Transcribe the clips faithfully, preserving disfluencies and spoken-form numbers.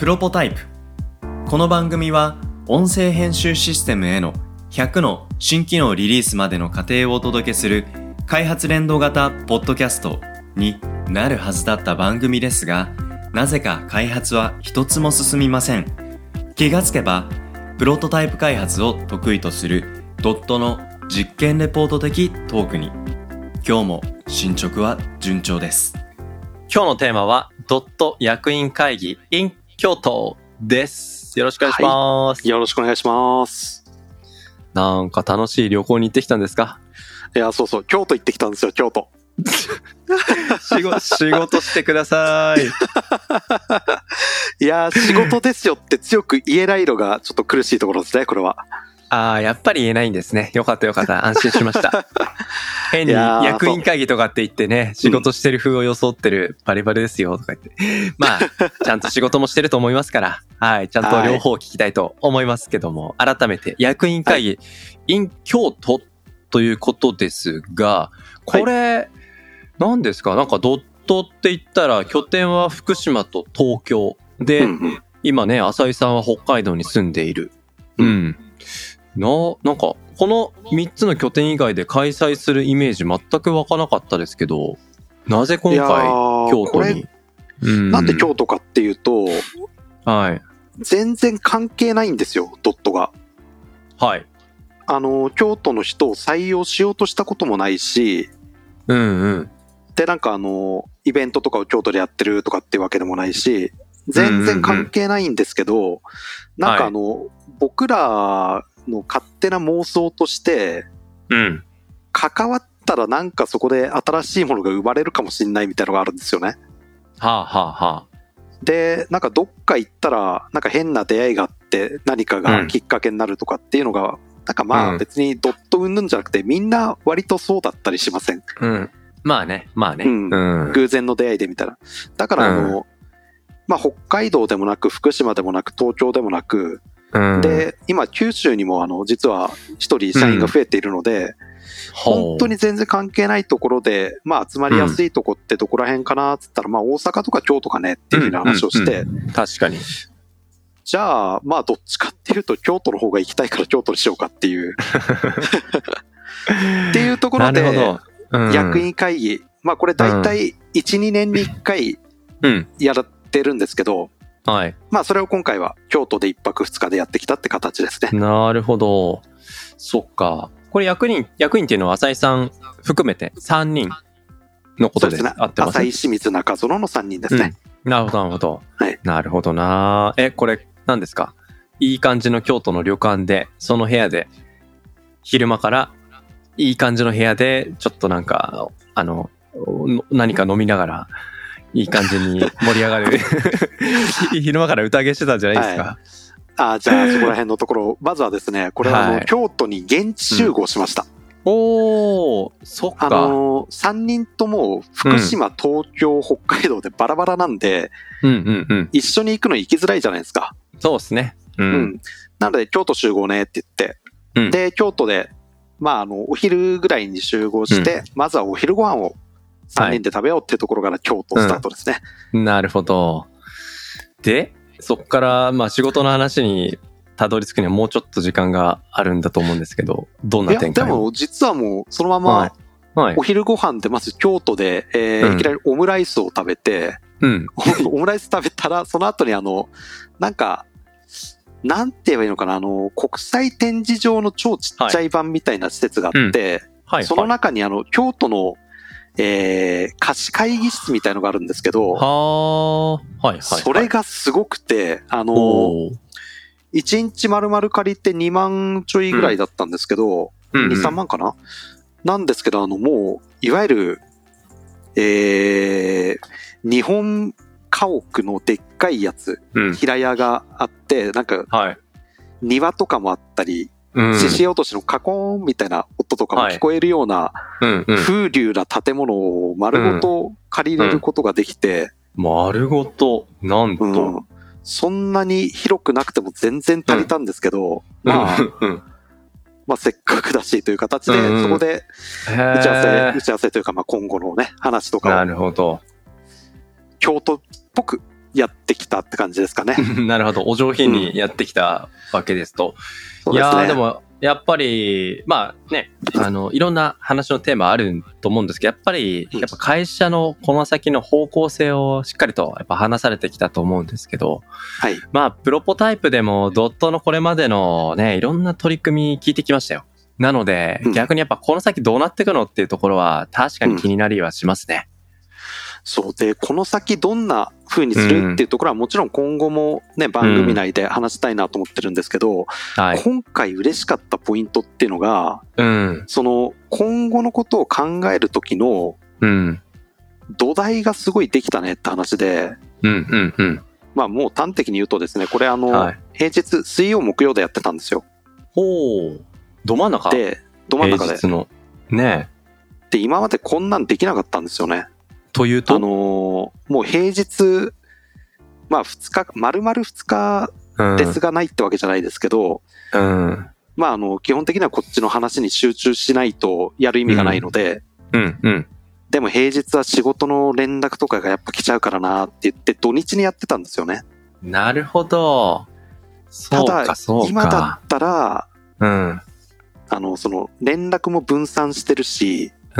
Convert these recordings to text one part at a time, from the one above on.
プロポタイプ。この番組は音声編集システムへのひゃくの新機能リリースまでの過程をお届けする開発連動型ポッドキャストになるはずだった番組ですが、なぜか開発は一つも進みません。気がつけばプロトタイプ開発を得意とするドットの実験レポート的トークに、今日も進捗は順調です。 今日のテーマはドット役員会議 in 京都です。よろしくお願いします、 はい、よろしくお願いします。 なんか楽しい旅行に行ってきたんですか？ いや、そうそう、京都行ってきたんですよ。京都仕事仕事してください。いや、仕事ですよって強く言えないのがちょっと苦しいところですね、これは。 ああ、やっぱり言えないんですね。よかったよかった。安心しました。変に役員会議とかって言ってね、仕事してる風を装ってるバリバリですよとか言って。まあ、ちゃんと仕事もしてると思いますから、はい、ちゃんと両方聞きたいと思いますけども、はい、改めて役員会議、はい、in 京都ということですが、これ、はい、何ですか？なんかドットって言ったら拠点は福島と東京で、うんうん、今ね、浅井さんは北海道に住んでいる。うん。うんな、なんか、このみっつの拠点以外で開催するイメージ全く湧かなかったですけど、なぜ今回京都に？ うん、なんで京都かっていうと、 はい。 全然関係ないんですよ、ドットが。 はい。 あの、京都の人を採用しようとしたこともないし、 うんうん。 で、なんかあの、イベントとかを京都でやってるとかっていうわけでもないし、全然関係ないんですけど、うんうんうん、なんかあの、はい、僕ら、の勝手な妄想として、 うん、 関わったらなんかそこで新しいものが生まれるかもしれないみたいなのがあるんですよね。 はあはあはあ。 で、なんかどっか行ったらなんか変な出会いがあって何かがきっかけになるとかっていうのが、うん、なんかまあ別にドット云々じゃなくてみんな割とそうだったりしません？ うん。まあね、まあね。 うんうん、偶然の出会いでみたいな。だからあの、うん、まあ北海道でもなく福島でもなく東京でもなく、 うん、 で、今九州にもあの実は一人社員が増えているので、うん、本当に全然関係ないところで、まあ集まりやすいとこってどこら辺かなって言ったら、まあ大阪とか京都かねっていうふうな話をして、 うんうんうん、確かに。 じゃあ、まあどっちかっていうと京都の方が行きたいから京都にしようかっていう。っていうところで、うん、役員会議、まあこれ大体いち、にねんにいっかいやってるんですけど、 はい。 まあそれを今回は京都でいっぱくふつかでやってきたって形ですね。 なるほど。そっか。これ役員、役員っていうのは浅井さん含めてさんにんのことで合ってますね。 浅井、清水、中園のさんにんですね。 うん、なるほど、なるほど。 はい。 なるほどな。え、これ何ですか？いい感じの京都の旅館で、その部屋で、昼間からいい感じの部屋で、ちょっとなんか、あの、何か飲みながら、いい感じに盛り上がる昼間から宴してたんじゃないですか、はい、 あじゃあそこら辺のところまずはですね、これはあの、はい、京都に現地集合しました、 うん、おーそっか。 あのさんにんとも福島、うん、東京北海道でバラバラなんで、 うんうんうん、 一緒に行くの行きづらいじゃないですか。 そうですね、うんうん、 なので京都集合ねって言って、うん、で京都でまああのお昼ぐらいに集合して、うん、まずはお昼ご飯をさんにんで食べようっていうところから京都スタートですね、 うん、なるほど。でそっからまあ仕事の話にたどり着くにはもうちょっと時間があるんだと思うんですけど、どんな展開を？ いやでも実はもうそのままお昼ご飯でまず京都で、えーうん、いきなりオムライスを食べて、 うん、 オムライス食べたらその後にあのなんかなんて言えばいいのかな、あの国際展示場の超ちっちゃい版みたいな施設があって、はいうんはい、その中にあの京都のえー、貸し会議室みたいのがあるんですけど、 ははいはいはい、 それがすごくて、あの、いちにち丸々借りてにまんちょいぐらいだったんですけど、うん、に、さんまんかな、なんですけど、あの、もう、いわゆる、えー、日本家屋のでっかいやつ、うん、平屋があって、なんか、はい、庭とかもあったり、獅子落としのカコーンみたいな音とかも聞こえるような風流な建物を丸ごと借りれることができて、 うんうん、丸ごとなんと、うん、 そんなに広くなくても全然足りたんですけど、うん、まあ、うん、まあせっかくだしという形で、うん、そこで打ち合わせ打ち合わせというかまあ今後のね話とかをなるほど京都っぽくやってきたって感じですかね。 なるほど。お上品にやってきたわけですと。うん、いやー、でも、やっぱり、まあね、あの、いろんな話のテーマあると思うんですけど、やっぱり、やっぱ会社のこの先の方向性をしっかりとやっぱ話されてきたと思うんですけど、 はい。 まあ、プロポタイプでもドットのこれまでのね、いろんな取り組み聞いてきましたよ。なので、うん、逆にやっぱこの先どうなっていくのっていうところは確かに気になりはしますね。うん、 そうで、この先どんな風にするっていうところはもちろん今後もね、番組内で話したいなと思ってるんですけど、うんはい、今回嬉しかったポイントっていうのが、うん、その今後のことを考える時の土台がすごいできたねって話で、うんうんうん、まあもう端的に言うとですね、これあの、はい、平日水曜木曜でやってたんですよ。 ほう。ど真ん中で、ど真ん中で。 平日の。ねえ。で、今までこんなんできなかったんですよね。 というとあのー、もう平日、まあ二日、丸々二日ですがないってわけじゃないですけど、うん、まああの、基本的にはこっちの話に集中しないとやる意味がないので、うん、うん、うん。でも平日は仕事の連絡とかがやっぱ来ちゃうからなって言って土日にやってたんですよね。 なるほど。そうか、そうか。 ただ、今だったら、うん。あの、その、連絡も分散してるし、うん。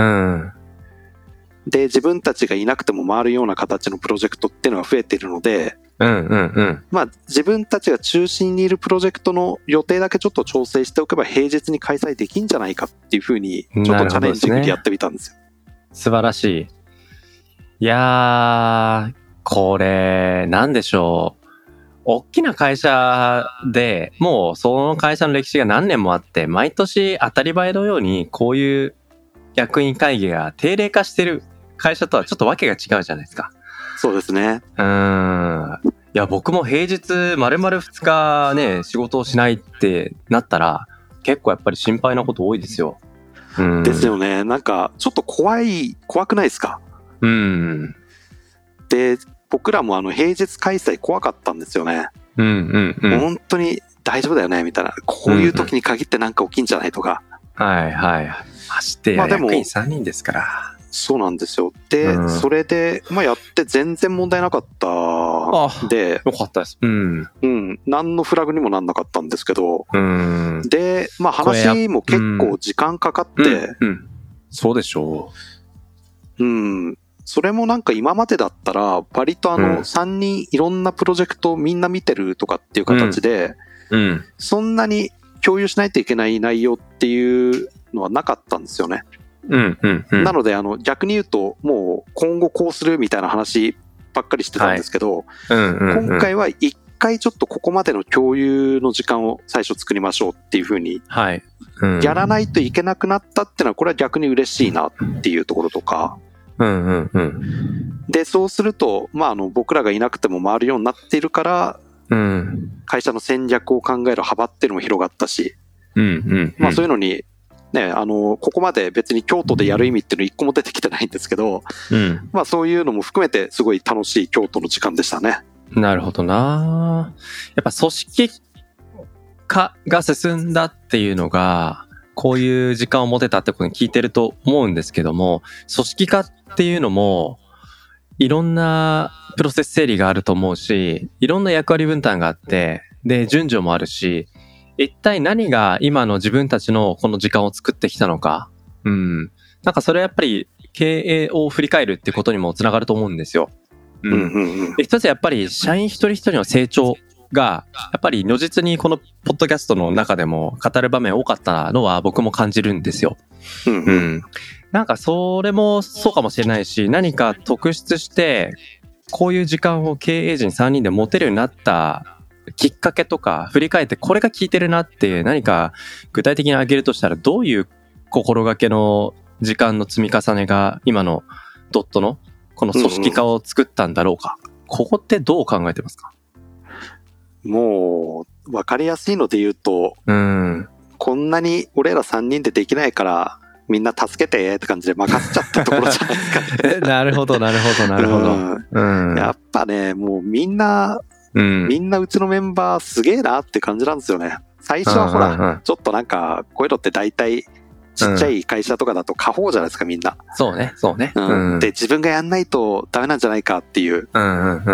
で、自分たちがいなくても回るような形のプロジェクトっていうのが増えているので、うんうんうん。まあ、自分たちが中心にいるプロジェクトの予定だけちょっと調整しておけば平日に開催できんじゃないかっていうふうに、ちょっとチャレンジングでやってみたんですよ。 素晴らしい。いやー、これ、なんでしょう。大きな会社で、もうその会社の歴史が何年もあって、毎年当たり前のようにこういう役員会議が定例化してる会社とはちょっとわけが違うじゃないですか。 そうですね。 うーん。いや、僕も平日丸々ふつかね、仕事をしないってなったら、結構やっぱり心配なこと多いですよ。 うん。ですよね。なんか、ちょっと怖い、怖くないですか？うん。で、僕らもあの平日開催怖かったんですよね。うんうんうん。本当に大丈夫だよねみたいな。こういう時に限ってなんか起きんじゃないとか。 うんうん、はいはい。走ってや役員さんにんですから。 そうなんですよ。で、うん、それで、まあやって全然問題なかったで。 よかったです。うん。 うん。何のフラグにもなんなかったんですけど。うん。で、まあ話も結構時間かかって。うんうんうん、そうでしょう。うん。それもなんか今までだったら、割とあの、さんにんいろんなプロジェクトみんな見てるとかっていう形で、うんうん、そんなに共有しないといけない内容っていうのはなかったんですよね。うんうんうん、なのであの、逆に言うと、もう今後こうするみたいな話ばっかりしてたんですけど、はいうんうんうん、今回は一回ちょっとここまでの共有の時間を最初作りましょうっていうふうに、はいうん、やらないといけなくなったっていうのは、これは逆に嬉しいなっていうところとか、うんうんうん、で、そうすると、まあ、あの、僕らがいなくても回るようになっているから、うん、会社の戦略を考える幅っていうのも広がったし、うんうんうん、まあ、そういうのに、ね、あの、ここまで別に京都でやる意味っていうの一個も出てきてないんですけど、うん、まあ、そういうのも含めてすごい楽しい京都の時間でしたね。 なるほどな。やっぱ組織化が進んだっていうのが、こういう時間を持てたってことに聞いてると思うんですけども、組織化っていうのも、いろんなプロセス整理があると思うし、いろんな役割分担があって、で、順序もあるし、一体何が今の自分たちのこの時間を作ってきたのか。うん。なんかそれはやっぱり経営を振り返るってことにもつながると思うんですよ。うん。うんうんうん、で一つやっぱり社員一人一人の成長が、やっぱり如実にこのポッドキャストの中でも語る場面多かったのは僕も感じるんですよ。うん、うんうん。なんかそれもそうかもしれないし、何か特筆して、こういう時間を経営陣さんにんで持てるようになったきっかけとか、振り返ってこれが効いてるなって何か具体的に挙げるとしたら、どういう心がけの時間の積み重ねが今のドットのこの組織化を作ったんだろうか。うんうん、ここってどう考えてますか？ もう、わかりやすいので言うと、うん、こんなに俺らさんにんでできないから、みんな助けてって感じで任せちゃったところじゃないですか、ね。 なるほど、なるほど、なるほど、 うんうん。やっぱね、もうみんな、うん、みんなうちのメンバーすげえなって感じなんですよね。最初はほら、うんうんうん、ちょっとなんか、こういうのって大体、ちっちゃい会社とかだと過保じゃないですか、みんな。 そうね、そうね。 うん、で、自分がやんないとダメなんじゃないかっていう。うんうんうん、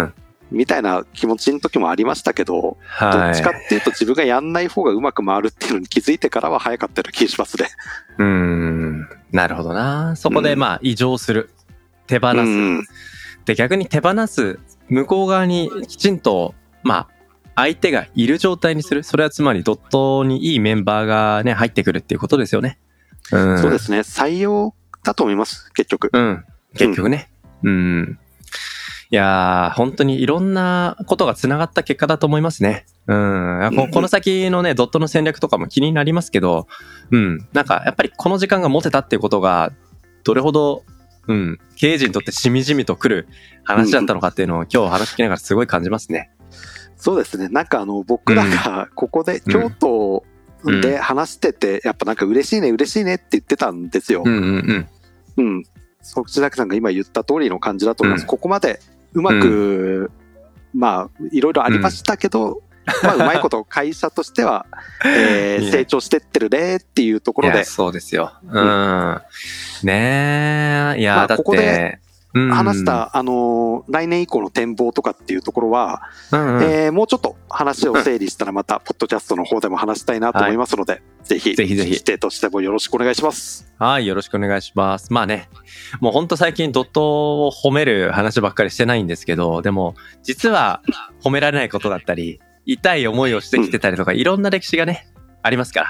みたいな気持ちの時もありましたけど、はい、どっちかっていうと自分がやんない方がうまく回るっていうのに気づいてからは早かったような気がしますね。 うーん、なるほどな。そこでまあ異常する、手放す、うん、で逆に手放す向こう側にきちんとまあ相手がいる状態にする。それはつまりドットにいいメンバーがね入ってくるっていうことですよね。うん、 そうですね。採用だと思います。結局。 うん。結局ね。うん。うんいやー、本当にいろんなことがつながった結果だと思いますね。うん。この先のね、ドットの戦略とかも気になりますけど、うん。なんか、やっぱりこの時間が持てたっていうことが、どれほど、うん、経営陣にとってしみじみと来る話だったのかっていうのを今日話聞きながらすごい感じますね。 そうですね。なんかあの、僕らがここで、京都で話してて、やっぱなんか嬉しいね、嬉しいねって言ってたんですよ。 うんうんうん。うん。そちらさんが今言った通りの感じだと思います。うん、ここまで、うまく、うん、まあ、いろいろありましたけど、うん、まあ、うまいこと会社としては、えー、成長してってるねっていうところで。いやそうですよ。うん。うん、ねえ、いや、まあ、だって、ここで話した、うん、あの、来年以降の展望とかっていうところは、うんうん、えー、もうちょっと話を整理したらまた、ポッドキャストの方でも話したいなと思いますので、はい、ぜひ、ぜひぜひ、指定としてもよろしくお願いします。 はい、よろしくお願いします。まあね、もうほんと最近ドットを褒める話ばっかりしてないんですけど、でも、実は褒められないことだったり、痛い思いをしてきてたりとか、うん、いろんな歴史がね、ありますから。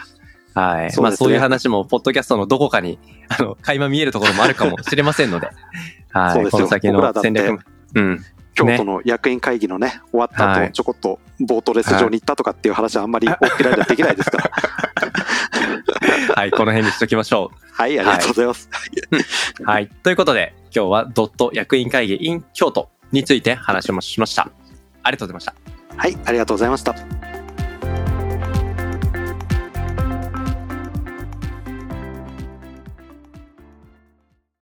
はい。そうですね、まあそういう話も、ポッドキャストのどこかに、あの、垣間見えるところもあるかもしれませんので。はい。そうですよ。この先の戦略も。うん。 京都の役員会議のね、終わった後、ちょこっとボートレース場に行ったとかっていう話はあんまり大きなでできないですから。 はい、この辺にしときましょう。 はい、ありがとうございます。 はい、はい。ということで、今日はドット役員会議 in 京都について話をしました。ありがとうございました。 はい、ありがとうございました。